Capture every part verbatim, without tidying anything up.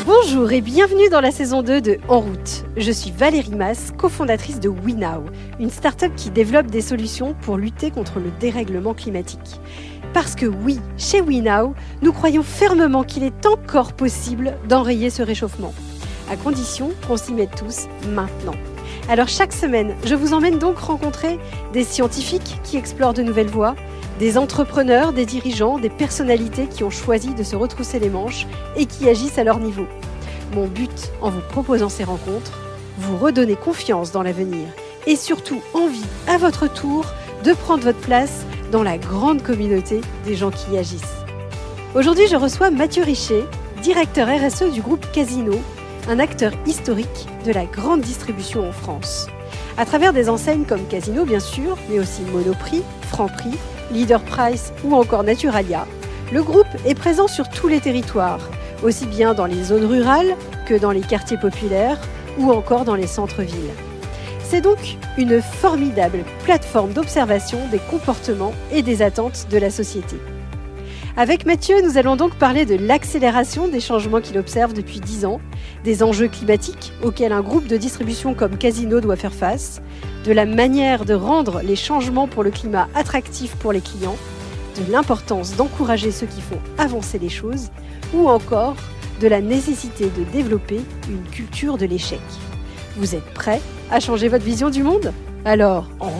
Bonjour et bienvenue dans la saison deux de En route. Je suis Valérie Mas, cofondatrice de WeNow, une start-up qui développe des solutions pour lutter contre le dérèglement climatique. Parce que oui, chez WeNow, nous croyons fermement qu'il est encore possible d'enrayer ce réchauffement, à condition qu'on s'y mette tous maintenant. Alors chaque semaine, je vous emmène donc rencontrer des scientifiques qui explorent de nouvelles voies, des entrepreneurs, des dirigeants, des personnalités qui ont choisi de se retrousser les manches et qui agissent à leur niveau. Mon but, en vous proposant ces rencontres, vous redonner confiance dans l'avenir et surtout envie, à votre tour, de prendre votre place dans la grande communauté des gens qui y agissent. Aujourd'hui, je reçois Mathieu Richer, directeur R S E du groupe Casino, un acteur historique de la grande distribution en France. À travers des enseignes comme Casino, bien sûr, mais aussi Monoprix, Franprix, Leader Price ou encore Naturalia, le groupe est présent sur tous les territoires, aussi bien dans les zones rurales que dans les quartiers populaires ou encore dans les centres-villes. C'est donc une formidable plateforme d'observation des comportements et des attentes de la société. Avec Mathieu, nous allons donc parler de l'accélération des changements qu'il observe depuis dix ans, des enjeux climatiques auxquels un groupe de distribution comme Casino doit faire face, de la manière de rendre les changements pour le climat attractifs pour les clients, de l'importance d'encourager ceux qui font avancer les choses, ou encore de la nécessité de développer une culture de l'échec. Vous êtes prêts à changer votre vision du monde ? Alors, en route !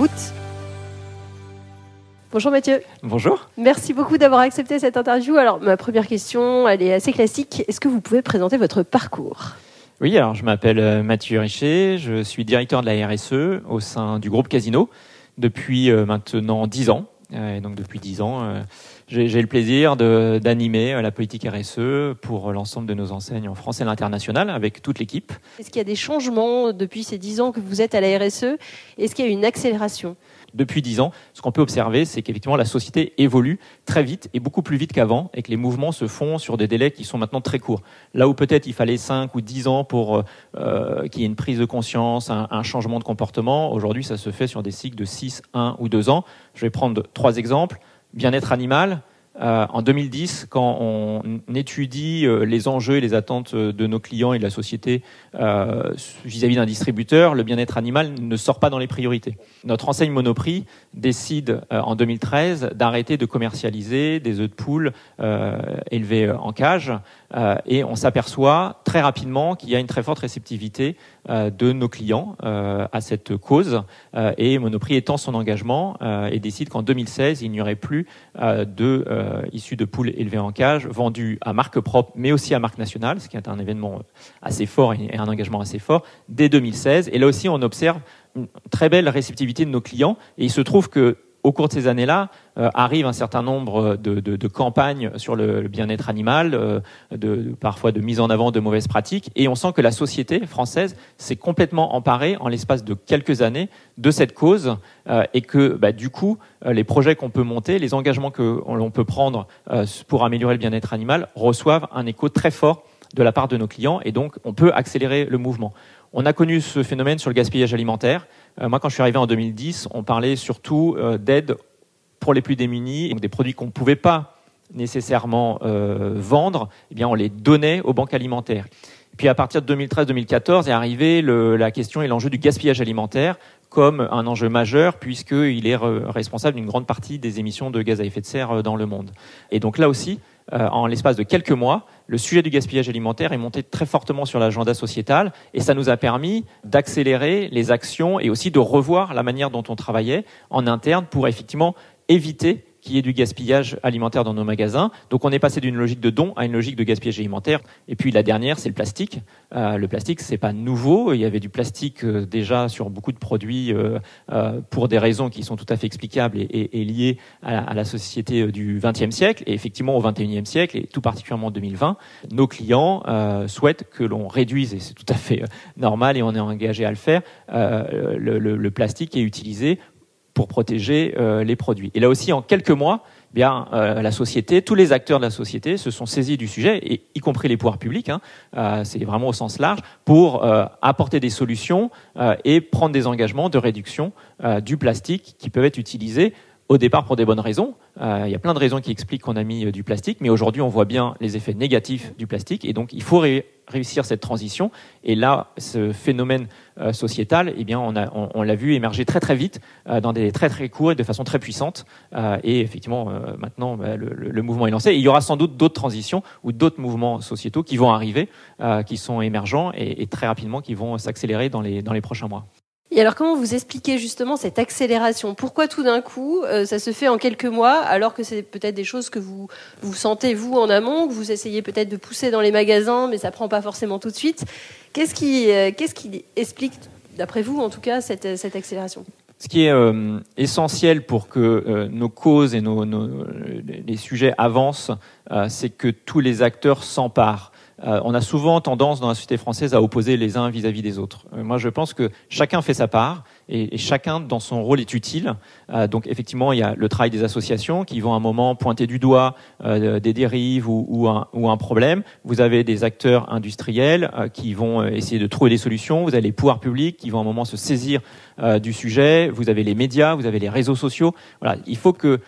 Bonjour Mathieu. Bonjour. Merci beaucoup d'avoir accepté cette interview. Alors, ma première question, elle est assez classique. Est-ce que vous pouvez présenter votre parcours ? Oui, alors je m'appelle Mathieu Richer, je suis directeur de la R S E au sein du groupe Casino depuis maintenant dix ans. Et donc depuis dix ans, j'ai, j'ai le plaisir de, d'animer la politique R S E pour l'ensemble de nos enseignes en France et à l'international avec toute l'équipe. Est-ce qu'il y a des changements depuis ces dix ans que vous êtes à la R S E ? Est-ce qu'il y a une accélération ? Depuis dix ans, ce qu'on peut observer, c'est qu'effectivement la société évolue très vite et beaucoup plus vite qu'avant et que les mouvements se font sur des délais qui sont maintenant très courts. Là où peut-être il fallait cinq ou dix ans pour euh, qu'il y ait une prise de conscience, un, un changement de comportement, aujourd'hui ça se fait sur des cycles de six, un ou deux ans. Je vais prendre trois exemples. Bien-être animal. Euh, en deux mille dix, quand on étudie euh, les enjeux et les attentes de nos clients et de la société euh, vis-à-vis d'un distributeur, le bien-être animal ne sort pas dans les priorités. Notre enseigne Monoprix décide euh, en deux mille treize d'arrêter de commercialiser des œufs de poule euh, élevés en cage euh, et on s'aperçoit très rapidement qu'il y a une très forte réceptivité euh, de nos clients euh, à cette cause euh, et Monoprix étend son engagement euh, et décide qu'en deux mille seize, il n'y aurait plus euh, de euh, issus de poules élevées en cage, vendus à marque propre, mais aussi à marque nationale, ce qui est un événement assez fort et un engagement assez fort, dès deux mille seize. Et là aussi, on observe une très belle réceptivité de nos clients. Et il se trouve que au cours de ces années-là, euh, arrive un certain nombre de, de, de campagnes sur le, le bien-être animal, euh, de, parfois de mise en avant de mauvaises pratiques, et on sent que la société française s'est complètement emparée en l'espace de quelques années de cette cause, euh, et que bah, du coup, euh, les projets qu'on peut monter, les engagements que l'on peut prendre euh, pour améliorer le bien-être animal reçoivent un écho très fort de la part de nos clients, et donc on peut accélérer le mouvement. On a connu ce phénomène sur le gaspillage alimentaire. Euh, moi, quand je suis arrivé en deux mille dix, on parlait surtout euh, d'aide pour les plus démunis, donc des produits qu'on ne pouvait pas nécessairement euh, vendre, eh bien, on les donnait aux banques alimentaires. Et puis à partir de deux mille treize deux mille quatorze est arrivée le, la question et l'enjeu du gaspillage alimentaire comme un enjeu majeur puisqu'il est re- responsable d'une grande partie des émissions de gaz à effet de serre dans le monde. Et donc là aussi, euh, en l'espace de quelques mois, le sujet du gaspillage alimentaire est monté très fortement sur l'agenda sociétal et ça nous a permis d'accélérer les actions et aussi de revoir la manière dont on travaillait en interne pour effectivement éviter qu'il y ait du gaspillage alimentaire dans nos magasins. Donc on est passé d'une logique de don à une logique de gaspillage alimentaire. Et puis la dernière, c'est le plastique. Euh, le plastique, c'est pas nouveau. Il y avait du plastique euh, déjà sur beaucoup de produits euh, euh, pour des raisons qui sont tout à fait explicables et, et, et liées à la, à la société du vingtième siècle. Et effectivement, au vingt et unième siècle, et tout particulièrement en deux mille vingt, nos clients euh, souhaitent que l'on réduise, et c'est tout à fait euh, normal et on est engagé à le faire, euh, le, le, le plastique qui est utilisé pour protéger euh, les produits. Et là aussi, en quelques mois, eh bien, euh, la société, tous les acteurs de la société se sont saisis du sujet, et y compris les pouvoirs publics, hein, euh, c'est vraiment au sens large, pour euh, apporter des solutions euh, et prendre des engagements de réduction euh, du plastique qui peuvent être utilisés Au départ, pour des bonnes raisons. Euh, il y a plein de raisons qui expliquent qu'on a mis euh, du plastique, mais aujourd'hui, on voit bien les effets négatifs du plastique, et donc il faut ré- réussir cette transition. Et là, ce phénomène euh, sociétal, eh bien, on, a, on, on l'a vu émerger très très vite, euh, dans des très très courts et de façon très puissante. Euh, et effectivement, euh, maintenant, bah, le, le, le mouvement est lancé. Et il y aura sans doute d'autres transitions ou d'autres mouvements sociétaux qui vont arriver, euh, qui sont émergents et, et très rapidement qui vont s'accélérer dans les, dans les prochains mois. Et alors, comment vous expliquez justement cette accélération ? Pourquoi tout d'un coup, euh, ça se fait en quelques mois, alors que c'est peut-être des choses que vous, vous sentez, vous, en amont, que vous essayez peut-être de pousser dans les magasins, mais ça prend pas forcément tout de suite. Qu'est-ce qui, euh, qu'est-ce qui explique, d'après vous, en tout cas, cette, cette accélération ? Ce qui est euh, essentiel pour que euh, nos causes et nos, nos, les sujets avancent, euh, c'est que tous les acteurs s'emparent. Euh, on a souvent tendance dans la société française à opposer les uns vis-à-vis des autres. Euh, moi, je pense que chacun fait sa part et, et chacun dans son rôle est utile. Euh, donc, effectivement, il y a le travail des associations qui vont à un moment pointer du doigt euh, des dérives ou, ou, un, ou un problème. Vous avez des acteurs industriels euh, qui vont essayer de trouver des solutions. Vous avez les pouvoirs publics qui vont à un moment se saisir euh, du sujet. Vous avez les médias, vous avez les réseaux sociaux. Voilà, il faut que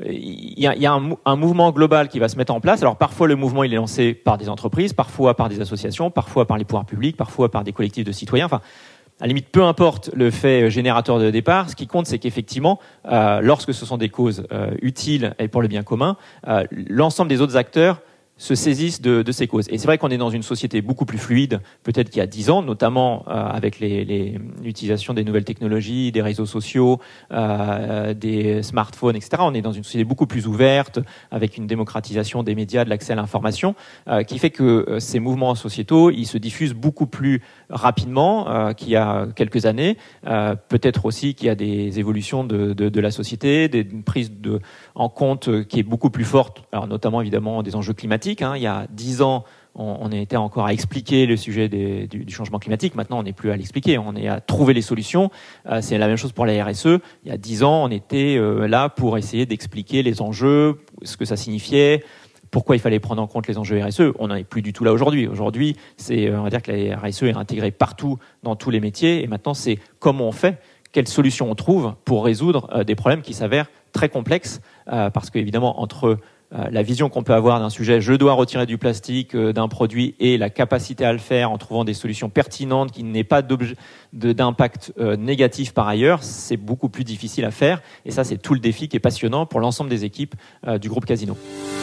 Il y a, il y a un, un mouvement global qui va se mettre en place. Alors parfois le mouvement il est lancé par des entreprises, parfois par des associations, parfois par les pouvoirs publics, parfois par des collectifs de citoyens. Enfin, à la limite, peu importe le fait générateur de départ. Ce qui compte, c'est qu'effectivement, euh, lorsque ce sont des causes euh, utiles et pour le bien commun, euh, l'ensemble des autres acteurs se saisissent de, de ces causes. Et c'est vrai qu'on est dans une société beaucoup plus fluide, peut-être qu'il y a dix ans, notamment euh, avec les, les, l'utilisation des nouvelles technologies, des réseaux sociaux, euh, des smartphones, et cetera. On est dans une société beaucoup plus ouverte, avec une démocratisation des médias, de l'accès à l'information, euh, qui fait que euh, ces mouvements sociétaux, ils se diffusent beaucoup plus rapidement euh, qu'il y a quelques années. Euh, peut-être aussi qu'il y a des évolutions de, de, de la société, des, une prise de, en compte qui est beaucoup plus forte, alors notamment évidemment des enjeux climatiques. Hein. Il y a dix ans, on, on était encore à expliquer le sujet des, du, du changement climatique. Maintenant, on n'est plus à l'expliquer. On est à trouver les solutions. Euh, c'est la même chose pour la R S E. Il y a dix ans, on était euh, là pour essayer d'expliquer les enjeux, ce que ça signifiait, pourquoi il fallait prendre en compte les enjeux R S E. On n'en est plus du tout là aujourd'hui. Aujourd'hui, c'est, on va dire que la R S E est intégrée partout dans tous les métiers. Et maintenant, c'est comment on fait, quelles solutions on trouve pour résoudre euh, des problèmes qui s'avèrent très complexes. Euh, parce qu'évidemment, entre Euh, la vision qu'on peut avoir d'un sujet, je dois retirer du plastique euh, d'un produit, et la capacité à le faire en trouvant des solutions pertinentes qui n'aient pas de, d'impact euh, négatif par ailleurs, c'est beaucoup plus difficile à faire. Et ça, c'est tout le défi qui est passionnant pour l'ensemble des équipes euh, du groupe Casino.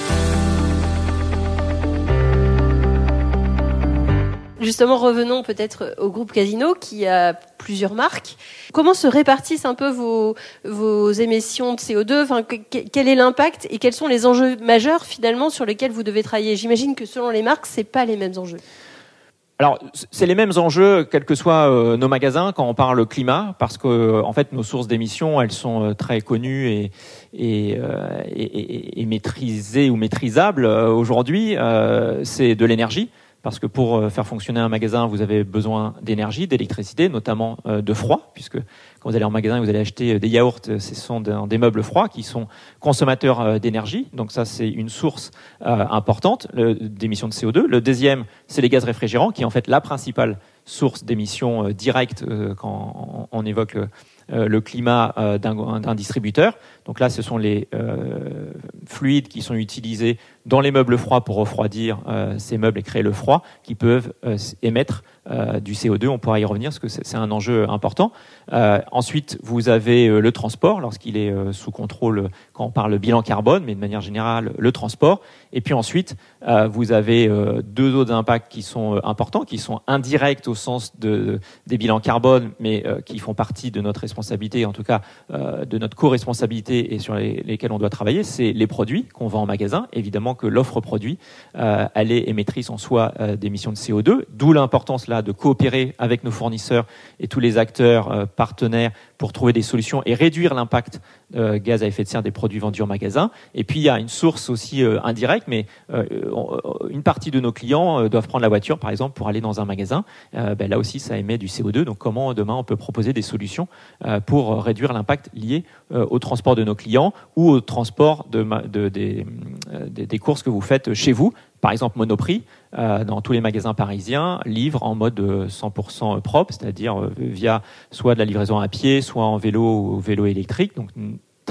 Justement, revenons peut-être au groupe Casino qui a plusieurs marques. Comment se répartissent un peu vos, vos émissions de C O deux ? Enfin, que, quel est l'impact et quels sont les enjeux majeurs finalement sur lesquels vous devez travailler ? J'imagine que selon les marques, c'est pas les mêmes enjeux. Alors, c'est les mêmes enjeux, quels que soient euh, nos magasins, quand on parle climat, parce que euh, en fait, nos sources d'émissions, elles sont euh, très connues et, et, euh, et, et, et maîtrisées ou maîtrisables. Euh, aujourd'hui, euh, c'est de l'énergie. Parce que pour faire fonctionner un magasin, vous avez besoin d'énergie, d'électricité, notamment de froid, puisque quand vous allez en magasin et vous allez acheter des yaourts, ce sont des meubles froids qui sont consommateurs d'énergie. Donc ça, c'est une source importante d'émissions de C O deux. Le deuxième, c'est les gaz réfrigérants, qui est en fait la principale source d'émissions directes quand on évoque le, le climat d'un, d'un distributeur. Donc là, ce sont les euh, fluides qui sont utilisés dans les meubles froids pour refroidir euh, ces meubles et créer le froid, qui peuvent euh, émettre euh, du C O deux. On pourra y revenir parce que c'est, c'est un enjeu important. Euh, ensuite, vous avez euh, le transport lorsqu'il est euh, sous contrôle, quand on parle bilan carbone, mais de manière générale, le transport. Et puis ensuite, euh, vous avez euh, deux autres impacts qui sont euh, importants, qui sont indirects au sens de, des bilans carbone, mais euh, qui font partie de notre responsabilité, en tout cas euh, de notre co-responsabilité et sur les, lesquels on doit travailler. C'est les produits qu'on vend en magasin. Évidemment que l'offre produit, euh, elle est émettrice en soi euh, d'émissions de C O deux, d'où l'importance là de coopérer avec nos fournisseurs et tous les acteurs euh, partenaires pour trouver des solutions et réduire l'impact euh, gaz à effet de serre des produits vendus en magasin. Et puis il y a une source aussi euh, indirecte, mais euh, une partie de nos clients euh, doivent prendre la voiture par exemple pour aller dans un magasin. Euh, ben, là aussi ça émet du C O deux. Donc comment demain on peut proposer des solutions euh, pour réduire l'impact lié euh, au transport de nos clients ou au transport de, de, des, des, des courses que vous faites chez vous. Par exemple, Monoprix, euh, dans tous les magasins parisiens, livre en mode cent pour cent propre, c'est-à-dire euh, via soit de la livraison à pied, soit en vélo ou vélo électrique. Donc, une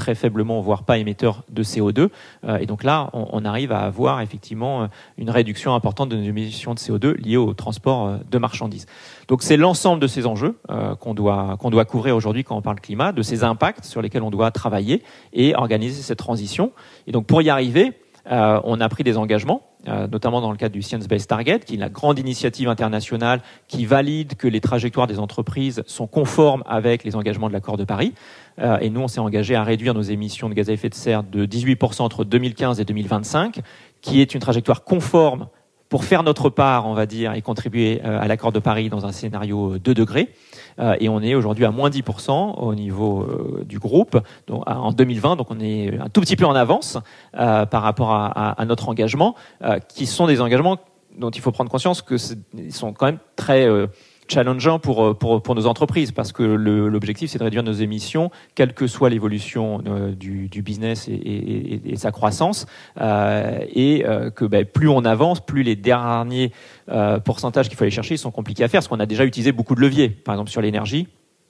très faiblement, voire pas émetteurs de C O deux. Euh, et donc là, on, on arrive à avoir effectivement une réduction importante de nos émissions de C O deux liées au transport de marchandises. Donc c'est l'ensemble de ces enjeux euh, qu'on doit, qu'on doit couvrir aujourd'hui quand on parle climat, de ces impacts sur lesquels on doit travailler et organiser cette transition. Et donc pour y arriver, euh, on a pris des engagements, Euh, notamment dans le cadre du Science Based Target, qui est la grande initiative internationale qui valide que les trajectoires des entreprises sont conformes avec les engagements de l'accord de Paris. Euh, et nous, on s'est engagé à réduire nos émissions de gaz à effet de serre de dix-huit pour cent entre deux mille quinze et deux mille vingt-cinq, qui est une trajectoire conforme pour faire notre part, on va dire, et contribuer euh, à l'accord de Paris dans un scénario deux degrés. Euh, et on est aujourd'hui à moins dix pour cent au niveau euh, du groupe donc, à, en deux mille vingt. Donc on est un tout petit peu en avance euh, par rapport à, à, à notre engagement, euh, qui sont des engagements dont il faut prendre conscience qu'ils sont quand même très euh, challengeants pour, pour, pour nos entreprises, parce que le, l'objectif, c'est de réduire nos émissions, quelle que soit l'évolution euh, du, du business et, et, et sa croissance, euh, et euh, que ben, plus on avance, plus les derniers euh, pourcentages qu'il faut aller chercher sont compliqués à faire, parce qu'on a déjà utilisé beaucoup de leviers. Par exemple, sur l'énergie,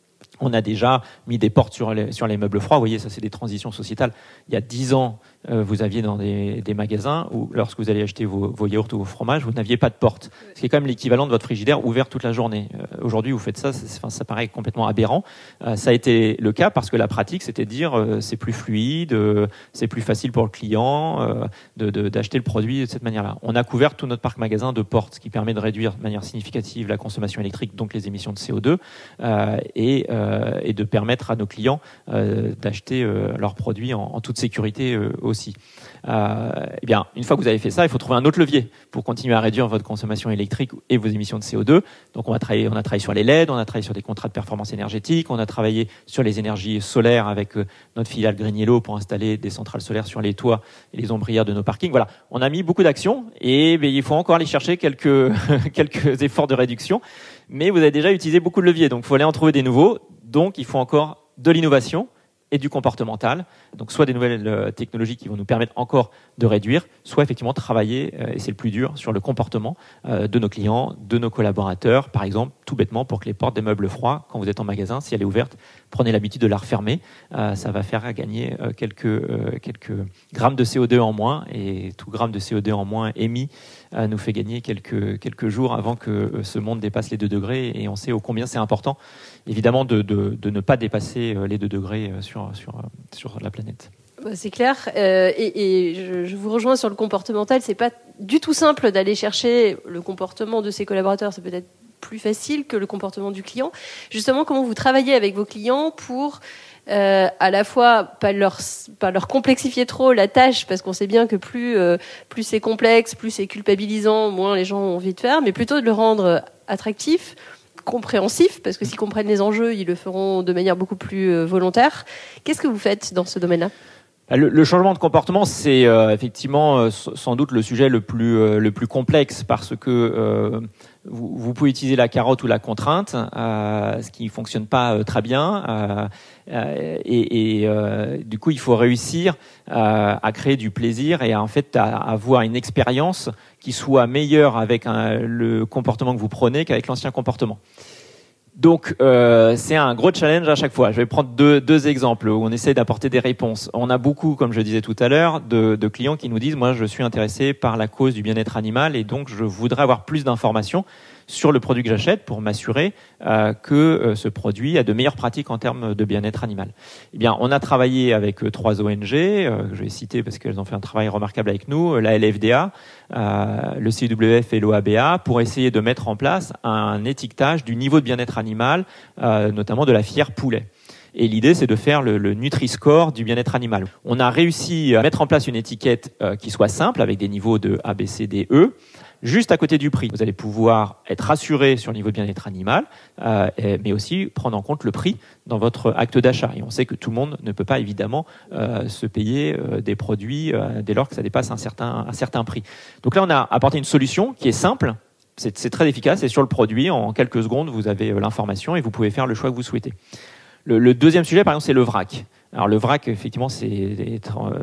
on a déjà mis des portes sur les, sur les meubles froids. Vous voyez, ça, c'est des transitions sociétales. Il y a dix ans, euh, vous aviez dans des, des magasins où, lorsque vous allez acheter vos, vos yaourts ou vos fromages, vous n'aviez pas de porte. Ce qui est quand même l'équivalent de votre frigidaire ouvert toute la journée. Euh, aujourd'hui, vous faites ça, enfin, ça paraît complètement aberrant. Euh, ça a été le cas parce que la pratique, c'était de dire euh, c'est plus fluide, euh, c'est plus facile pour le client euh, de, de, d'acheter le produit de cette manière-là. On a couvert tout notre parc magasin de portes, ce qui permet de réduire de manière significative la consommation électrique, donc les émissions de C O deux, euh, et, euh, et de permettre à nos clients euh, d'acheter euh, leurs produits en, en toute sécurité euh, aussi. Euh, eh bien, une fois que vous avez fait ça, il faut trouver un autre levier pour continuer à réduire votre consommation électrique et vos émissions de C O deux. Donc, on a travaillé, on a travaillé sur les L E D, on a travaillé sur des contrats de performance énergétique, on a travaillé sur les énergies solaires avec euh, notre filiale Green Yellow pour installer des centrales solaires sur les toits et les ombrières de nos parkings. Voilà, on a mis beaucoup d'actions et ben, il faut encore aller chercher quelques quelques efforts de réduction. Mais vous avez déjà utilisé beaucoup de leviers, donc il faut aller en trouver des nouveaux. Donc, il faut encore de l'innovation et du comportemental. Donc, soit des nouvelles euh, technologies qui vont nous permettre encore de réduire, soit effectivement travailler, euh, et c'est le plus dur, sur le comportement euh, de nos clients, de nos collaborateurs. Par exemple, tout bêtement, pour que les portes des meubles froids, quand vous êtes en magasin, si elle est ouverte, prenez l'habitude de la refermer. Euh, ça va faire gagner euh, quelques, euh, quelques grammes de C O deux en moins, et tout gramme de C O deux en moins émis euh, nous fait gagner quelques, quelques jours avant que euh, ce monde dépasse les deux degrés. Et on sait ô combien c'est important, évidemment, de, de, de ne pas dépasser les deux degrés sur, sur, sur la planète. C'est clair, euh, et, et je, je vous rejoins sur le comportemental. C'est pas du tout simple d'aller chercher le comportement de ses collaborateurs. C'est peut-être plus facile que le comportement du client. Justement, comment vous travaillez avec vos clients pour euh, à la fois pas leur pas leur complexifier trop la tâche, parce qu'on sait bien que plus euh, plus c'est complexe, plus c'est culpabilisant, moins les gens ont envie de faire, mais plutôt de le rendre attractif, compréhensif, parce que s'ils comprennent les enjeux, ils le feront de manière beaucoup plus euh, volontaire. Qu'est-ce que vous faites dans ce domaine-là ? Le, le changement de comportement, c'est euh, effectivement euh, sans doute le sujet le plus euh, le plus complexe, parce que euh, vous, vous pouvez utiliser la carotte ou la contrainte, euh, ce qui fonctionne pas euh, très bien, euh, euh, et, et euh, du coup, il faut réussir euh, à créer du plaisir et à, en fait à, à avoir une expérience qui soit meilleure avec un, le comportement que vous prenez qu'avec l'ancien comportement. Donc, euh, c'est un gros challenge à chaque fois. Je vais prendre deux, deux exemples où on essaie d'apporter des réponses. On a beaucoup, comme je disais tout à l'heure, de, de clients qui nous disent « Moi, je suis intéressé par la cause du bien-être animal et donc je voudrais avoir plus d'informations sur le produit que j'achète pour m'assurer euh, que euh, ce produit a de meilleures pratiques en termes de bien-être animal. » Eh bien, on a travaillé avec euh, trois O N G, euh, que je vais citer parce qu'elles ont fait un travail remarquable avec nous, la L F D A, euh, le C W F et l'O A B A, pour essayer de mettre en place un étiquetage du niveau de bien-être animal, euh, notamment de la filière poulet. Et l'idée, c'est de faire le, le Nutri-Score du bien-être animal. On a réussi à mettre en place une étiquette euh, qui soit simple, avec des niveaux de A, B, C, D, E, juste à côté du prix. Vous allez pouvoir être rassuré sur le niveau de bien-être animal, euh, et, mais aussi prendre en compte le prix dans votre acte d'achat. Et on sait que tout le monde ne peut pas évidemment euh, se payer euh, des produits euh, dès lors que ça dépasse un certain, un certain prix. Donc là, on a apporté une solution qui est simple, c'est, c'est très efficace, et sur le produit, en quelques secondes, vous avez l'information et vous pouvez faire le choix que vous souhaitez. Le, le deuxième sujet, par exemple, c'est le vrac. Alors le vrac, effectivement, c'est une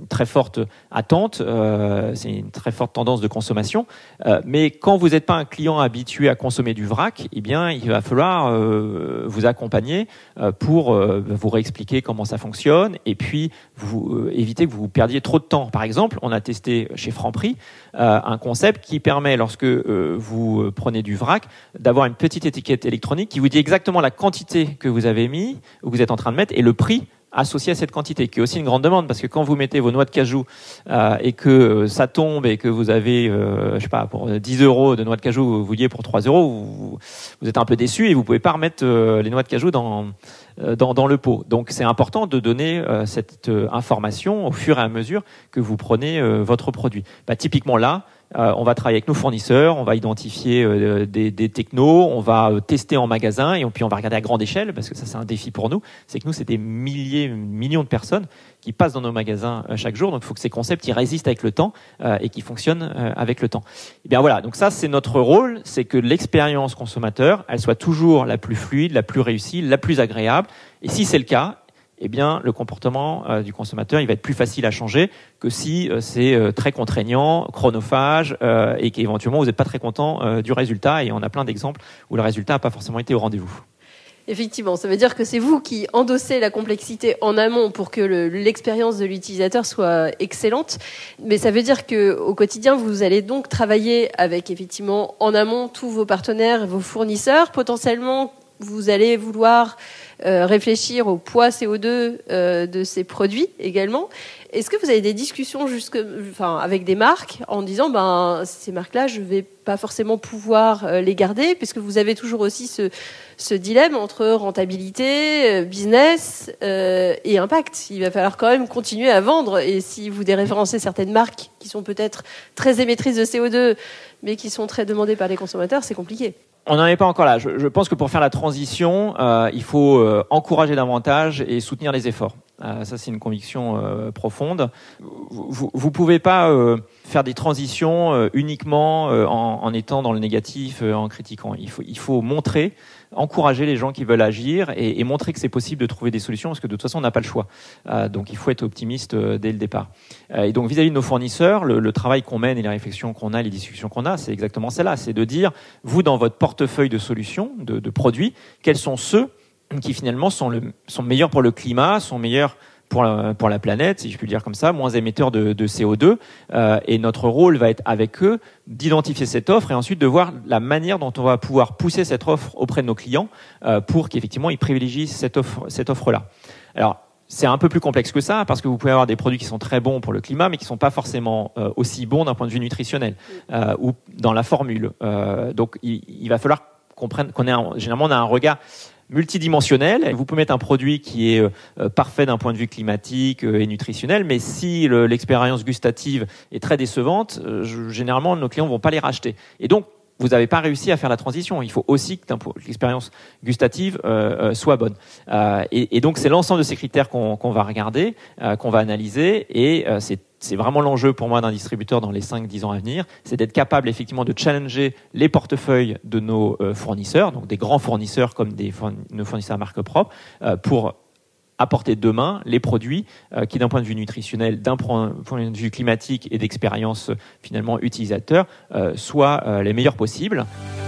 très forte attente, euh, c'est une très forte tendance de consommation. Euh, mais quand vous n'êtes pas un client habitué à consommer du vrac, eh bien, il va falloir euh, vous accompagner euh, pour euh, vous réexpliquer comment ça fonctionne et puis vous euh, éviter que vous perdiez trop de temps. Par exemple, on a testé chez Franprix euh, un concept qui permet, lorsque euh, vous prenez du vrac, d'avoir une petite étiquette électronique qui vous dit exactement la quantité que vous avez mis, ou que vous êtes en train de mettre, et le prix associé à cette quantité, qui est aussi une grande demande, parce que quand vous mettez vos noix de cajou euh, et que euh, ça tombe et que vous avez, euh, je sais pas, pour dix euros de noix de cajou, vous vouliez pour trois euros, vous, vous êtes un peu déçu et vous pouvez pas remettre euh, les noix de cajou dans, euh, dans, dans le pot. Donc c'est important de donner euh, cette euh, information au fur et à mesure que vous prenez euh, votre produit. Bah, typiquement là, Euh, on va travailler avec nos fournisseurs, on va identifier euh, des, des technos, on va euh, tester en magasin et on, puis on va regarder à grande échelle, parce que ça c'est un défi pour nous, c'est que nous c'est des milliers, millions de personnes qui passent dans nos magasins euh, chaque jour, donc il faut que ces concepts ils résistent avec le temps euh, et qui fonctionnent euh, avec le temps. Et bien voilà, donc ça c'est notre rôle, c'est que l'expérience consommateur, elle soit toujours la plus fluide, la plus réussie, la plus agréable, et si c'est le cas, eh bien, le comportement euh, du consommateur, il va être plus facile à changer que si euh, c'est euh, très contraignant, chronophage, euh, et qu'éventuellement vous n'êtes pas très content euh, du résultat. Et on a plein d'exemples où le résultat n'a pas forcément été au rendez-vous. Effectivement, ça veut dire que c'est vous qui endossez la complexité en amont pour que le, l'expérience de l'utilisateur soit excellente. Mais ça veut dire que au quotidien, vous allez donc travailler avec effectivement en amont tous vos partenaires, vos fournisseurs. Potentiellement, vous allez vouloir Euh, réfléchir au poids C O deux euh, de ces produits également. Est-ce que vous avez des discussions jusque, enfin, avec des marques en disant ben, ces marques-là, je ne vais pas forcément pouvoir euh, les garder, puisque vous avez toujours aussi ce, ce dilemme entre rentabilité, euh, business euh, et impact. Il va falloir quand même continuer à vendre. Et si vous déréférencez certaines marques qui sont peut-être très émettrices de C O deux, mais qui sont très demandées par les consommateurs, c'est compliqué. On n'en est pas encore là. Je, je pense que pour faire la transition, euh, il faut euh, encourager davantage et soutenir les efforts. Euh, ça, c'est une conviction euh, profonde. Vous ne pouvez pas euh, faire des transitions euh, uniquement euh, en, en étant dans le négatif, euh, en critiquant. Il faut, il faut montrer, encourager les gens qui veulent agir et, et montrer que c'est possible de trouver des solutions, parce que de toute façon, on n'a pas le choix. Euh, donc, il faut être optimiste euh, dès le départ. Euh, et donc, vis-à-vis de nos fournisseurs, le, le travail qu'on mène et les réflexions qu'on a, les discussions qu'on a, c'est exactement celle-là. C'est de dire, vous, dans votre portefeuille de solutions, de, de produits, quels sont ceux qui finalement sont, le, sont meilleurs pour le climat, sont meilleurs pour la, pour la planète, si je puis le dire comme ça, moins émetteurs de, de C O deux. Euh, et notre rôle va être avec eux d'identifier cette offre et ensuite de voir la manière dont on va pouvoir pousser cette offre auprès de nos clients euh, pour qu'effectivement ils privilégient cette offre, cette offre-là. Alors, c'est un peu plus complexe que ça, parce que vous pouvez avoir des produits qui sont très bons pour le climat, mais qui ne sont pas forcément euh, aussi bons d'un point de vue nutritionnel euh, ou dans la formule. Euh, donc, il, il va falloir qu'on prenne, qu'on ait un, généralement, on a un regard multidimensionnel. Vous pouvez mettre un produit qui est euh, parfait d'un point de vue climatique euh, et nutritionnel, mais si le, l'expérience gustative est très décevante, euh, je, généralement, nos clients ne vont pas les racheter. Et donc, vous n'avez pas réussi à faire la transition. Il faut aussi que l'expérience gustative euh, soit bonne. Euh, et, et donc, c'est l'ensemble de ces critères qu'on, qu'on va regarder, euh, qu'on va analyser, et euh, c'est C'est vraiment l'enjeu pour moi d'un distributeur dans les cinq dix ans à venir, c'est d'être capable effectivement de challenger les portefeuilles de nos euh, fournisseurs, donc des grands fournisseurs comme des fourn- nos fournisseurs à marque propre, euh, pour apporter demain les produits euh, qui, d'un point de vue nutritionnel, d'un point, point de vue climatique et d'expérience finalement utilisateur, euh, soient euh, les meilleurs possibles.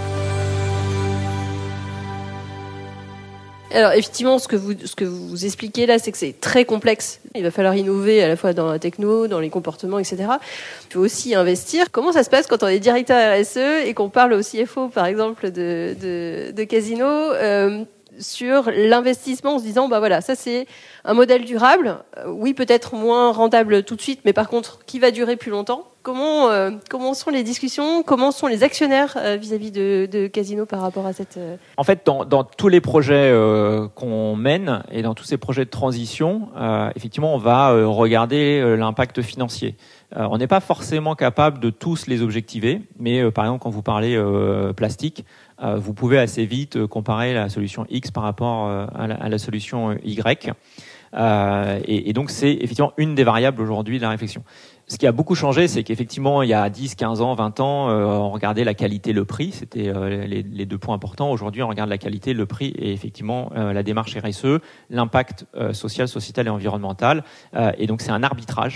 Alors effectivement, ce que vous ce que vous expliquez là, c'est que c'est très complexe. Il va falloir innover à la fois dans la techno, dans les comportements, et cetera. Il faut aussi investir. Comment ça se passe quand on est directeur R S E et qu'on parle au C F O, par exemple, de de, de Casino euh, sur l'investissement, en se disant bah voilà, ça c'est un modèle durable. Euh, oui, peut-être moins rentable tout de suite, mais par contre qui va durer plus longtemps. Comment, euh, comment sont les discussions, comment sont les actionnaires euh, vis-à-vis de, de Casino par rapport à cette... Euh... En fait, dans, dans tous les projets euh, qu'on mène et dans tous ces projets de transition, euh, effectivement, on va euh, regarder euh, l'impact financier. Euh, on n'est pas forcément capable de tous les objectiver, mais euh, par exemple, quand vous parlez euh, plastique, euh, vous pouvez assez vite euh, comparer la solution X par rapport euh, à, la, à la solution Y. Euh, et, et donc, c'est effectivement une des variables aujourd'hui de la réflexion. Ce qui a beaucoup changé, c'est qu'effectivement, il y a dix, quinze ans, vingt ans, euh, on regardait la qualité, le prix. C'était euh, les, les deux points importants. Aujourd'hui, on regarde la qualité, le prix et effectivement euh, la démarche R S E, l'impact euh, social, sociétal et environnemental. Euh, et donc, c'est un arbitrage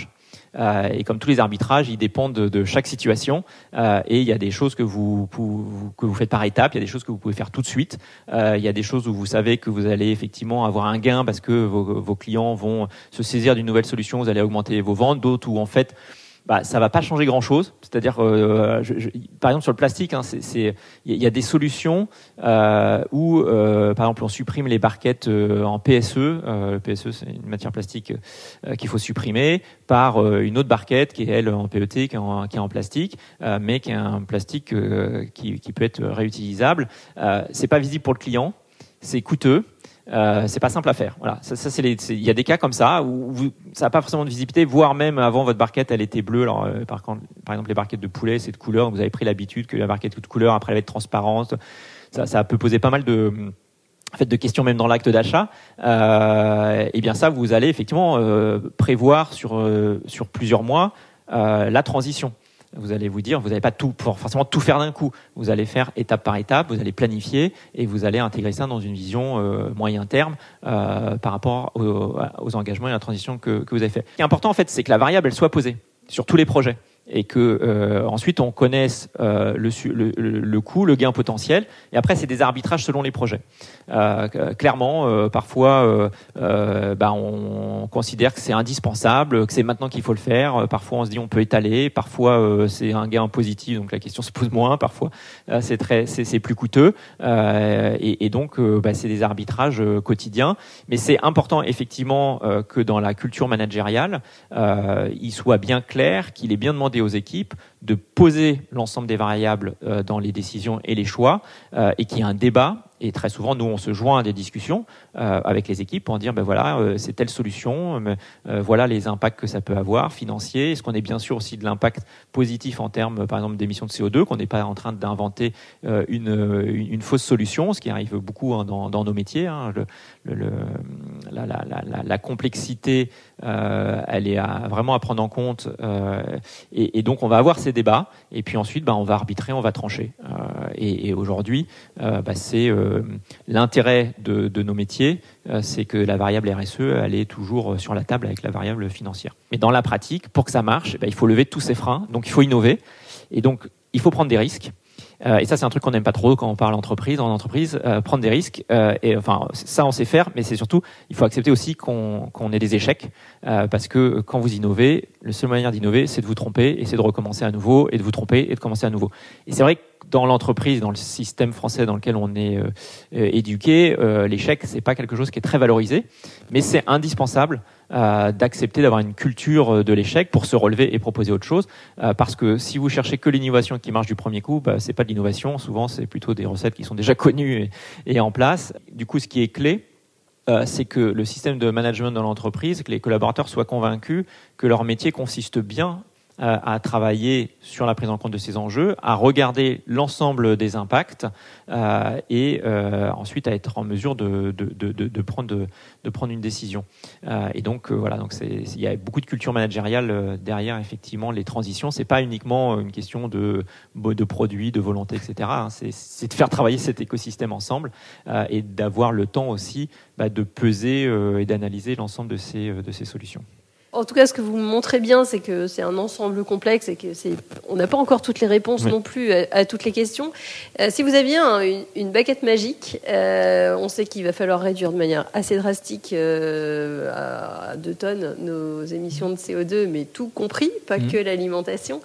Euh, et comme tous les arbitrages, ils dépendent de, de chaque situation. Euh, et il y a des choses que vous, vous, que vous faites par étapes, il y a des choses que vous pouvez faire tout de suite. Euh, il y a des choses où vous savez que vous allez effectivement avoir un gain parce que vos, vos clients vont se saisir d'une nouvelle solution, vous allez augmenter vos ventes. D'autres où en fait, bah, ça va pas changer grand-chose. C'est-à-dire, euh, je, je, par exemple sur le plastique, hein, c'est, c'est, il y a des solutions euh, où, euh, par exemple, on supprime les barquettes euh, en P S E. Euh, le P S E, c'est une matière plastique euh, qu'il faut supprimer par euh, une autre barquette qui est elle en P E T, qui est en, qui est en plastique, euh, mais qui est un plastique euh, qui, qui peut être réutilisable. Euh, c'est pas visible pour le client, c'est coûteux. Euh, c'est pas simple à faire. Voilà, ça, ça c'est les. Il y a des cas comme ça où vous, ça n'a pas forcément de visibilité, voire même avant votre barquette, elle était bleue. Alors, euh, par, quand, par exemple, les barquettes de poulet, c'est de couleur. Donc vous avez pris l'habitude que la barquette est de couleur. Après, elle va être transparente. Ça, ça peut poser pas mal de, en fait, de questions même dans l'acte d'achat. Euh, et bien ça, vous allez effectivement euh, prévoir sur euh, sur plusieurs mois euh, la transition. Vous allez vous dire, vous n'allez pas tout, pour forcément tout faire d'un coup. Vous allez faire étape par étape, vous allez planifier et vous allez intégrer ça dans une vision euh, moyen terme euh, par rapport aux, aux engagements et à la transition que, que vous avez fait. Ce qui est important en fait, c'est que la variable elle soit posée sur tous les projets et que euh, ensuite on connaisse euh, le, le, le coût, le gain potentiel. Et après, c'est des arbitrages selon les projets. Euh, clairement, euh, parfois, euh, euh, bah, on considère que c'est indispensable, que c'est maintenant qu'il faut le faire. Parfois, on se dit on peut étaler. Parfois, euh, c'est un gain positif, donc la question se pose moins. Parfois, euh, c'est très, c'est, c'est plus coûteux. Euh, et, et donc, euh, bah, c'est des arbitrages euh, quotidiens. Mais c'est important effectivement euh, que dans la culture managériale, euh, il soit bien clair, qu'il est bien demandé aux équipes de poser l'ensemble des variables euh, dans les décisions et les choix euh, et qu'il y ait un débat. Et très souvent, nous, on se joint à des discussions euh, avec les équipes pour dire, ben voilà, euh, c'est telle solution, mais, euh, voilà les impacts que ça peut avoir, financiers. Est-ce qu'on est bien sûr aussi de l'impact positif en termes, par exemple, d'émissions de C O deux, qu'on n'est pas en train d'inventer euh, une, une, une fausse solution, ce qui arrive beaucoup hein, dans, dans nos métiers. Hein, le, le, le, la, la, la, la complexité, euh, elle est à, vraiment à prendre en compte. Euh, et, et donc, on va avoir ces débats. Et puis ensuite, ben, on va arbitrer, on va trancher. Euh, et, et aujourd'hui, euh, ben, c'est euh, l'intérêt de, de nos métiers, euh, c'est que la variable R S E, elle est toujours sur la table avec la variable financière. Mais dans la pratique, pour que ça marche, eh bien, il faut lever tous ces freins, donc il faut innover, et donc il faut prendre des risques. Euh, et ça, c'est un truc qu'on n'aime pas trop quand on parle entreprise. En entreprise, euh, prendre des risques, euh, et enfin, ça, on sait faire, mais c'est surtout, il faut accepter aussi qu'on, qu'on ait des échecs, euh, parce que quand vous innovez, le seul moyen d'innover, c'est de vous tromper, et c'est de recommencer à nouveau, et de vous tromper, et de commencer à nouveau. Et c'est vrai que dans l'entreprise, dans le système français dans lequel on est euh, éduqué, euh, l'échec, c'est pas quelque chose qui est très valorisé, mais c'est indispensable euh, d'accepter d'avoir une culture de l'échec pour se relever et proposer autre chose. Euh, parce que si vous cherchez que l'innovation qui marche du premier coup, bah, c'est pas de l'innovation. Souvent, c'est plutôt des recettes qui sont déjà connues et, et en place. Du coup, ce qui est clé, Euh, c'est que le système de management dans l'entreprise, que les collaborateurs soient convaincus que leur métier consiste bien euh, à travailler sur la prise en compte de ces enjeux, à regarder l'ensemble des impacts euh, et euh, ensuite à être en mesure de, de, de, de, de, prendre, de, de prendre une décision. Euh, et donc, euh, voilà, donc c'est, il y a beaucoup de culture managériale euh, derrière, effectivement, les transitions. C'est pas uniquement une question de, de produits, de volonté, et cetera. Hein, c'est, c'est de faire travailler cet écosystème ensemble euh, et d'avoir le temps aussi bah, de peser euh, et d'analyser l'ensemble de ces, de ces solutions. En tout cas, ce que vous montrez bien, c'est que c'est un ensemble complexe et que c'est, on n'a pas encore toutes les réponses oui. non plus à, à toutes les questions. Euh, si vous aviez un, une, une baguette magique, euh, on sait qu'il va falloir réduire de manière assez drastique euh, à deux tonnes nos émissions de C O deux, mais tout compris, pas mmh. que l'alimentation.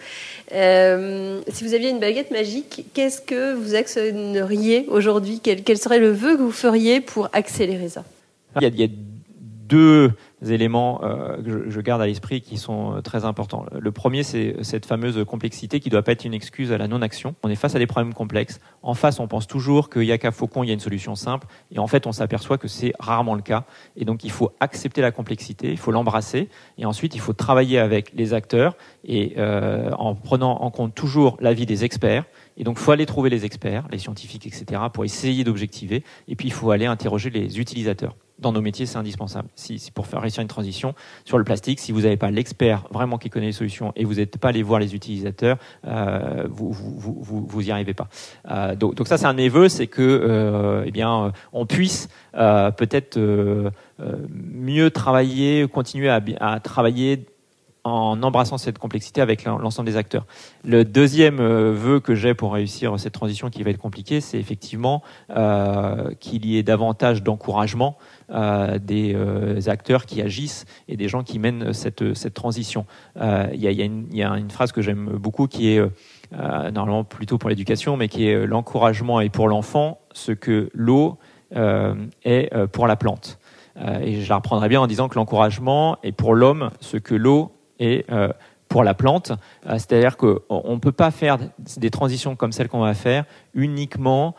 Euh, si vous aviez une baguette magique, qu'est-ce que vous actionneriez aujourd'hui ? quel, quel serait le vœu que vous feriez pour accélérer ça ? Il y a, il y a deux éléments euh, que je, je garde à l'esprit qui sont très importants. Le premier, c'est cette fameuse complexité qui ne doit pas être une excuse à la non-action. On est face à des problèmes complexes. En face, on pense toujours qu'il n'y a qu'à Faucon, il y a une solution simple. Et en fait, on s'aperçoit que c'est rarement le cas. Et donc, il faut accepter la complexité, il faut l'embrasser. Et ensuite, il faut travailler avec les acteurs et euh, en prenant en compte toujours l'avis des experts. Et donc, il faut aller trouver les experts, les scientifiques, et cetera, pour essayer d'objectiver. Et puis, il faut aller interroger les utilisateurs. Dans nos métiers, c'est indispensable. Si, si pour faire réussir une transition sur le plastique, si vous n'avez pas l'expert vraiment qui connaît les solutions et vous n'êtes pas allé voir les utilisateurs, euh, vous, vous, vous, vous, vous y arrivez pas. Euh, donc, donc ça, c'est un de mes vœux, c'est que, euh, eh bien, on puisse euh, peut-être euh, euh, mieux travailler, continuer à, à travailler en embrassant cette complexité avec l'ensemble des acteurs. Le deuxième vœu que j'ai pour réussir cette transition qui va être compliquée, c'est effectivement euh, qu'il y ait davantage d'encouragement euh, des euh, acteurs qui agissent et des gens qui mènent cette, cette transition. Euh, il y a, il y a une, il y a une phrase que j'aime beaucoup qui est euh, normalement plutôt pour l'éducation, mais qui est « l'encouragement est pour l'enfant ce que l'eau euh, est pour la plante ». Euh, et je la reprendrai bien en disant que l'encouragement est pour l'homme ce que l'eau est euh, pour la plante. Euh, c'est-à-dire qu'on ne peut pas faire des transitions comme celles qu'on va faire uniquement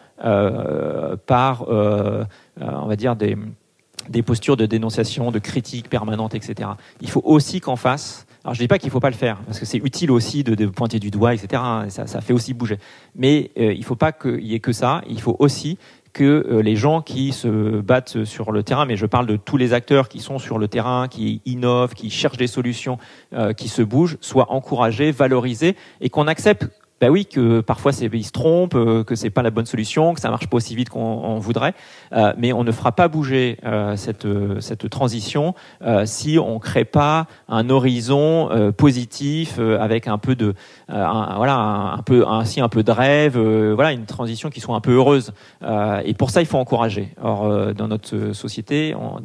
euh, par, euh, euh, on va dire, des, des postures de dénonciation, de critique permanente, et cetera. Il faut aussi qu'en face... Alors, je ne dis pas qu'il ne faut pas le faire, parce que c'est utile aussi de, de pointer du doigt, et cetera. Ça, ça fait aussi bouger. Mais euh, il ne faut pas qu'il y ait que ça. Il faut aussi que euh, les gens qui se battent sur le terrain, mais je parle de tous les acteurs qui sont sur le terrain, qui innovent, qui cherchent des solutions, euh, qui se bougent, soient encouragés, valorisés, et qu'on accepte, ben oui, que parfois c'est, ils se trompent, euh, que c'est pas la bonne solution, que ça marche pas aussi vite qu'on on voudrait, euh, mais on ne fera pas bouger euh, cette cette transition euh, si on crée pas un horizon euh, positif euh, avec un peu de euh, un, voilà un, un peu ainsi un, un peu de rêve, euh, voilà une transition qui soit un peu heureuse. Euh, et pour ça il faut encourager. Or euh, dans notre société, on,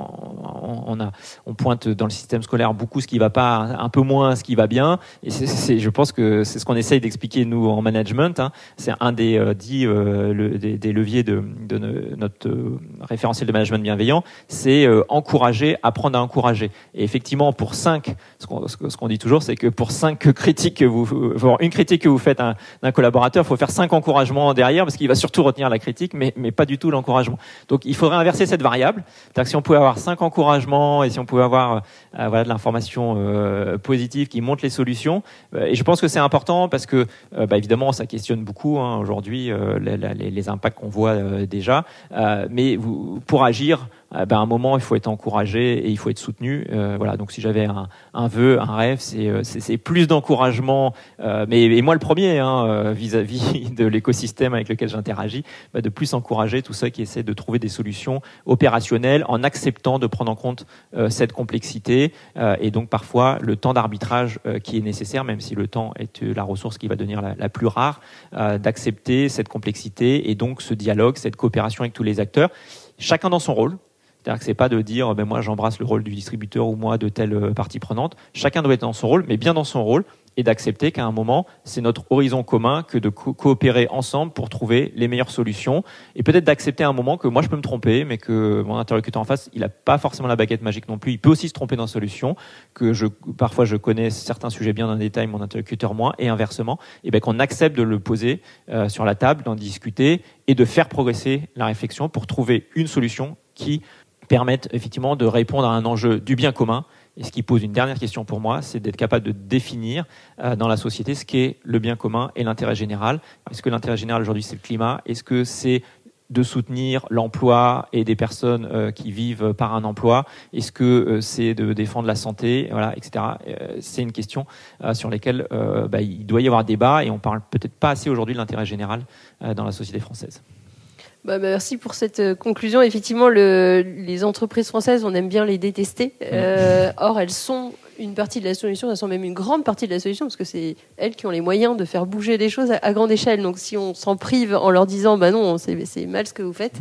on, on a on pointe dans le système scolaire beaucoup ce qui va pas, un peu moins ce qui va bien. Et c'est, c'est je pense que c'est ce qu'on essaye d'expliquer nous en management, hein. C'est un des euh, dix euh, le, des, des leviers de, de notre euh, référentiel de management bienveillant, c'est euh, encourager, apprendre à encourager. Et effectivement, pour cinq, ce qu'on, ce qu'on dit toujours, c'est que pour cinq critiques que vous, pour une critique que vous faites un, d'un collaborateur, il faut faire cinq encouragements derrière, parce qu'il va surtout retenir la critique, mais, mais pas du tout l'encouragement. Donc, il faudrait inverser cette variable. C'est-à-dire que si on pouvait avoir cinq encouragements et si on pouvait avoir euh, voilà de l'information euh, positive qui montre les solutions, euh, et je pense que c'est important parce que Euh, bah, évidemment, ça questionne beaucoup hein, aujourd'hui euh, les, les, les impacts qu'on voit euh, déjà. Euh, mais vous, pour agir, euh, bah, à un moment, il faut être encouragé et il faut être soutenu. Euh, voilà. Donc, si j'avais un, un vœu, un rêve, c'est, c'est, c'est plus d'encouragement. Euh, mais et moi, le premier, hein, vis-à-vis de l'écosystème avec lequel j'interagis, bah, de plus encourager tous ceux qui essaient de trouver des solutions opérationnelles en acceptant de prendre en compte euh, cette complexité euh, et donc parfois le temps d'arbitrage euh, qui est nécessaire, même si le temps est la ressource qui va devenir la, la plus rare, euh, d'accepter cette complexité et donc ce dialogue, cette coopération avec tous les acteurs, chacun dans son rôle. C'est-à-dire que c'est pas de dire ben moi j'embrasse le rôle du distributeur ou moi de telle partie prenante. Chacun doit être dans son rôle, mais bien dans son rôle, et d'accepter qu'à un moment c'est notre horizon commun que de co- coopérer ensemble pour trouver les meilleures solutions, et peut-être d'accepter à un moment que moi je peux me tromper, mais que mon interlocuteur en face il a pas forcément la baguette magique non plus. Il peut aussi se tromper dans la solution, que je parfois je connais certains sujets bien dans le détail, mon interlocuteur moins, et inversement, et ben qu'on accepte de le poser euh, sur la table, d'en discuter et de faire progresser la réflexion pour trouver une solution qui permettent effectivement de répondre à un enjeu du bien commun. Et ce qui pose une dernière question pour moi, c'est d'être capable de définir euh, dans la société ce qu'est le bien commun et l'intérêt général. Est-ce que l'intérêt général aujourd'hui c'est le climat ? Est-ce que c'est de soutenir l'emploi et des personnes euh, qui vivent par un emploi ? Est-ce que euh, c'est de défendre la santé, voilà, et cetera. Euh, c'est une question euh, sur laquelle euh, bah, il doit y avoir débat et on parle peut-être pas assez aujourd'hui de l'intérêt général euh, dans la société française. Bah, merci pour cette conclusion. Effectivement, le, les entreprises françaises, on aime bien les détester. Euh, or, elles sont une partie de la solution, elles sont même une grande partie de la solution, parce que c'est elles qui ont les moyens de faire bouger les choses à, à grande échelle. Donc, si on s'en prive en leur disant bah non, c'est, c'est mal ce que vous faites,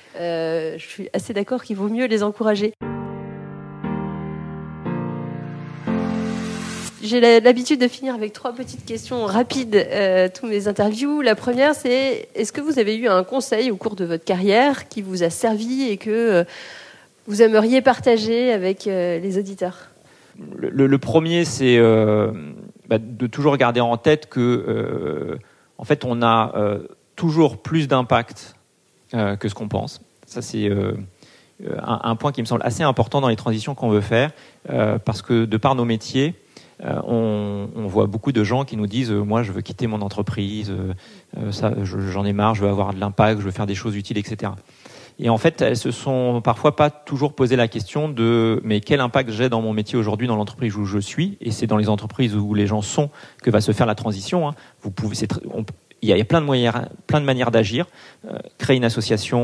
euh, je suis assez d'accord qu'il vaut mieux les encourager. J'ai l'habitude de finir avec trois petites questions rapides, euh, tous mes interviews. La première, c'est est-ce que vous avez eu un conseil au cours de votre carrière qui vous a servi et que euh, vous aimeriez partager avec euh, les auditeurs ? le, le, le premier, c'est euh, bah, de toujours garder en tête que, euh, en fait, on a euh, toujours plus d'impact euh, que ce qu'on pense. Ça, c'est euh, un, un point qui me semble assez important dans les transitions qu'on veut faire, euh, parce que de par nos métiers, Euh, on, on voit beaucoup de gens qui nous disent euh, moi je veux quitter mon entreprise, euh, ça, je, j'en ai marre, je veux avoir de l'impact, je veux faire des choses utiles, et cetera. Et en fait, elles se sont parfois pas toujours posé la question de mais quel impact j'ai dans mon métier aujourd'hui dans l'entreprise où je suis, et c'est dans les entreprises où les gens sont que va se faire la transition. Hein. Vous pouvez, c'est, on, il y a plein de moyens, plein de manières d'agir. Euh, créer une association,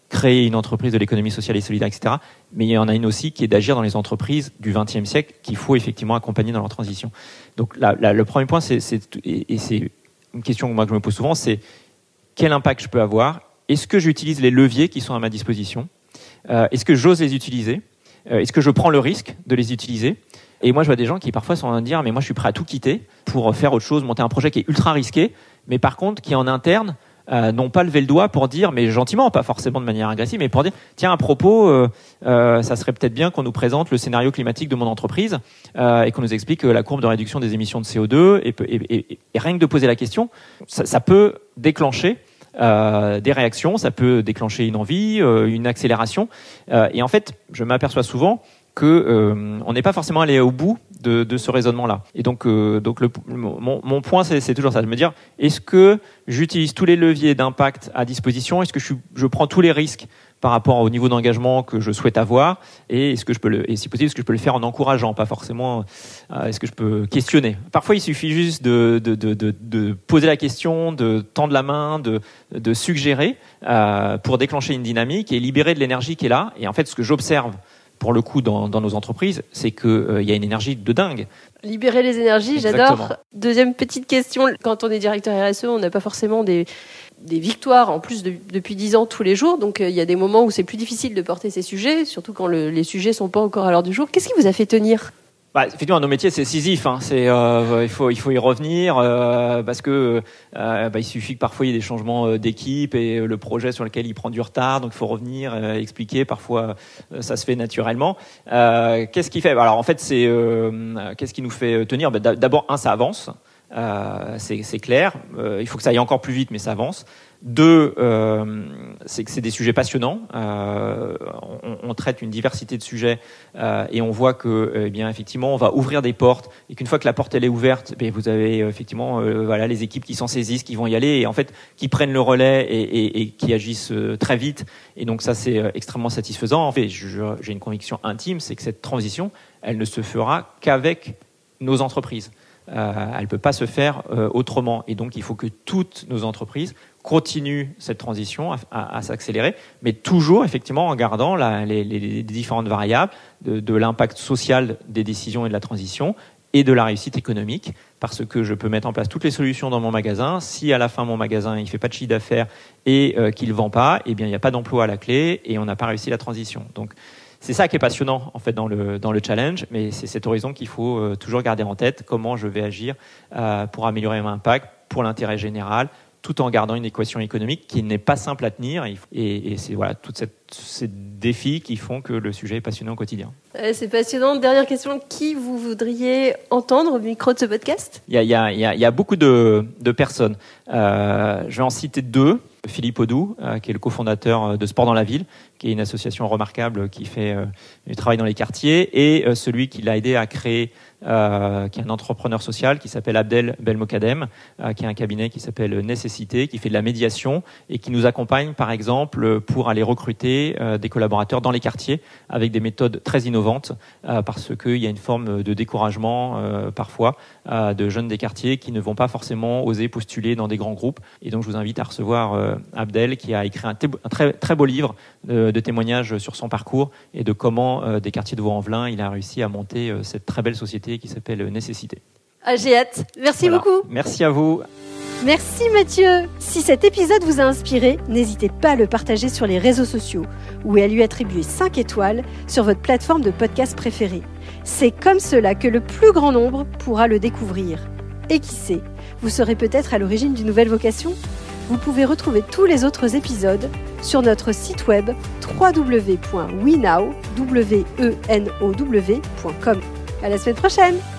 créer une entreprise de l'économie sociale et solidaire, et cetera. Mais il y en a une aussi qui est d'agir dans les entreprises du vingtième siècle qu'il faut effectivement accompagner dans leur transition. Donc là, là, le premier point, c'est, c'est, et, et c'est une question que moi que je me pose souvent, c'est quel impact je peux avoir ? Est-ce que j'utilise les leviers qui sont à ma disposition ? euh, Est-ce que j'ose les utiliser ? euh, Est-ce que je prends le risque de les utiliser ? Et moi, je vois des gens qui parfois sont en train de dire « mais moi, je suis prêt à tout quitter pour faire autre chose, monter un projet qui est ultra risqué, mais par contre, qui en interne, euh, n'ont pas levé le doigt pour dire, mais gentiment, pas forcément de manière agressive, mais pour dire « tiens, à propos, euh, euh, ça serait peut-être bien qu'on nous présente le scénario climatique de mon entreprise euh, et qu'on nous explique la courbe de réduction des émissions de C O deux. Et, et, et, et rien que de poser la question, ça, ça peut déclencher Euh, des réactions, ça peut déclencher une envie, euh, une accélération. Euh, et en fait, je m'aperçois souvent que euh, on n'est pas forcément allé au bout de, de ce raisonnement-là. Et donc, euh, donc le, mon, mon point, c'est, c'est toujours ça, de me dire, est-ce que j'utilise tous les leviers d'impact à disposition ? Est-ce que je, suis, je prends tous les risques par rapport au niveau d'engagement que je souhaite avoir ? Et est-ce que je peux le, et si possible, est-ce que je peux le faire en encourageant, pas forcément, euh, est-ce que je peux questionner ? Parfois, il suffit juste de, de, de, de, de poser la question, de tendre la main, de, de suggérer euh, pour déclencher une dynamique et libérer de l'énergie qui est là. Et en fait, ce que j'observe pour le coup dans, dans nos entreprises, c'est qu'il euh, y a une énergie de dingue. Libérer les énergies, Exactement. J'adore. Deuxième petite question, quand on est directeur R S E, on n'a pas forcément des, des victoires en plus de, depuis dix ans tous les jours, donc il euh, y a des moments où c'est plus difficile de porter ces sujets, surtout quand le, les sujets sont pas encore à l'heure du jour. Qu'est-ce qui vous a fait tenir ? Bah, effectivement, nos métiers, c'est Sisyphe. Hein. C'est, euh, il faut, il faut y revenir euh, parce que euh, bah, il suffit que parfois il y ait des changements d'équipe et le projet sur lequel il prend du retard, donc il faut revenir, euh, expliquer. Parfois, euh, ça se fait naturellement. Euh, qu'est-ce qui fait ? Alors, en fait, c'est euh, qu'est-ce qui nous fait tenir ? bah, D'abord, un, ça avance. Euh, c'est, c'est clair. Euh, il faut que ça aille encore plus vite, mais ça avance. Deux, euh, c'est que c'est des sujets passionnants. Euh, on, on traite une diversité de sujets euh, et on voit que, eh bien, effectivement, on va ouvrir des portes et qu'une fois que la porte elle est ouverte, eh vous avez effectivement, euh, voilà, les équipes qui s'en saisissent, qui vont y aller et en fait, qui prennent le relais et, et, et qui agissent euh, très vite. Et donc ça, c'est euh, extrêmement satisfaisant. En fait, je, j'ai une conviction intime, c'est que cette transition, elle ne se fera qu'avec nos entreprises. Euh, elle ne peut pas se faire euh, autrement. Et donc, il faut que toutes nos entreprises continuent cette transition à, à, à s'accélérer, mais toujours, effectivement, en gardant la, les, les, les différentes variables de, de l'impact social des décisions et de la transition et de la réussite économique, parce que je peux mettre en place toutes les solutions dans mon magasin. Si, à la fin, mon magasin il ne fait pas de chiffre d'affaires et euh, qu'il ne vend pas, eh bien, il n'y a pas d'emploi à la clé et on n'a pas réussi la transition. Donc, c'est ça qui est passionnant en fait dans le dans le challenge, mais c'est cet horizon qu'il faut euh, toujours garder en tête. Comment je vais agir euh, pour améliorer mon impact, pour l'intérêt général, tout en gardant une équation économique qui n'est pas simple à tenir. Et, et, et c'est voilà tous ces défis qui font que le sujet est passionnant au quotidien. Euh, c'est passionnant. Dernière question, qui vous voudriez entendre au micro de ce podcast ? Il y a il y a il y a, il y a beaucoup de de personnes. Euh, je vais en citer deux. Philippe Audou, euh, qui est le cofondateur de Sport dans la ville, qui est une association remarquable qui fait euh, du travail dans les quartiers, et euh, celui qui l'a aidé à créer, euh, qui est un entrepreneur social, qui s'appelle Abdel Belmokadem, euh, qui a un cabinet qui s'appelle Nécessité, qui fait de la médiation et qui nous accompagne, par exemple, pour aller recruter euh, des collaborateurs dans les quartiers avec des méthodes très innovantes, euh, parce qu'il y a une forme de découragement euh, parfois euh, de jeunes des quartiers qui ne vont pas forcément oser postuler dans des grands groupes. Et donc, je vous invite à recevoir euh, Abdel, qui a écrit un, t- un très, très beau livre de, de témoignages sur son parcours et de comment, euh, des quartiers de Vaux-en-Velin, il a réussi à monter euh, cette très belle société qui s'appelle Nécessité. Ah, j'ai hâte. Merci Voilà. beaucoup. Merci à vous. Merci Mathieu. Si cet épisode vous a inspiré, n'hésitez pas à le partager sur les réseaux sociaux ou à lui attribuer cinq étoiles sur votre plateforme de podcast préférée. C'est comme cela que le plus grand nombre pourra le découvrir. Et qui sait, vous serez peut-être à l'origine d'une nouvelle vocation ? Vous pouvez retrouver tous les autres épisodes sur notre site web w w w point wenow point com. À la semaine prochaine!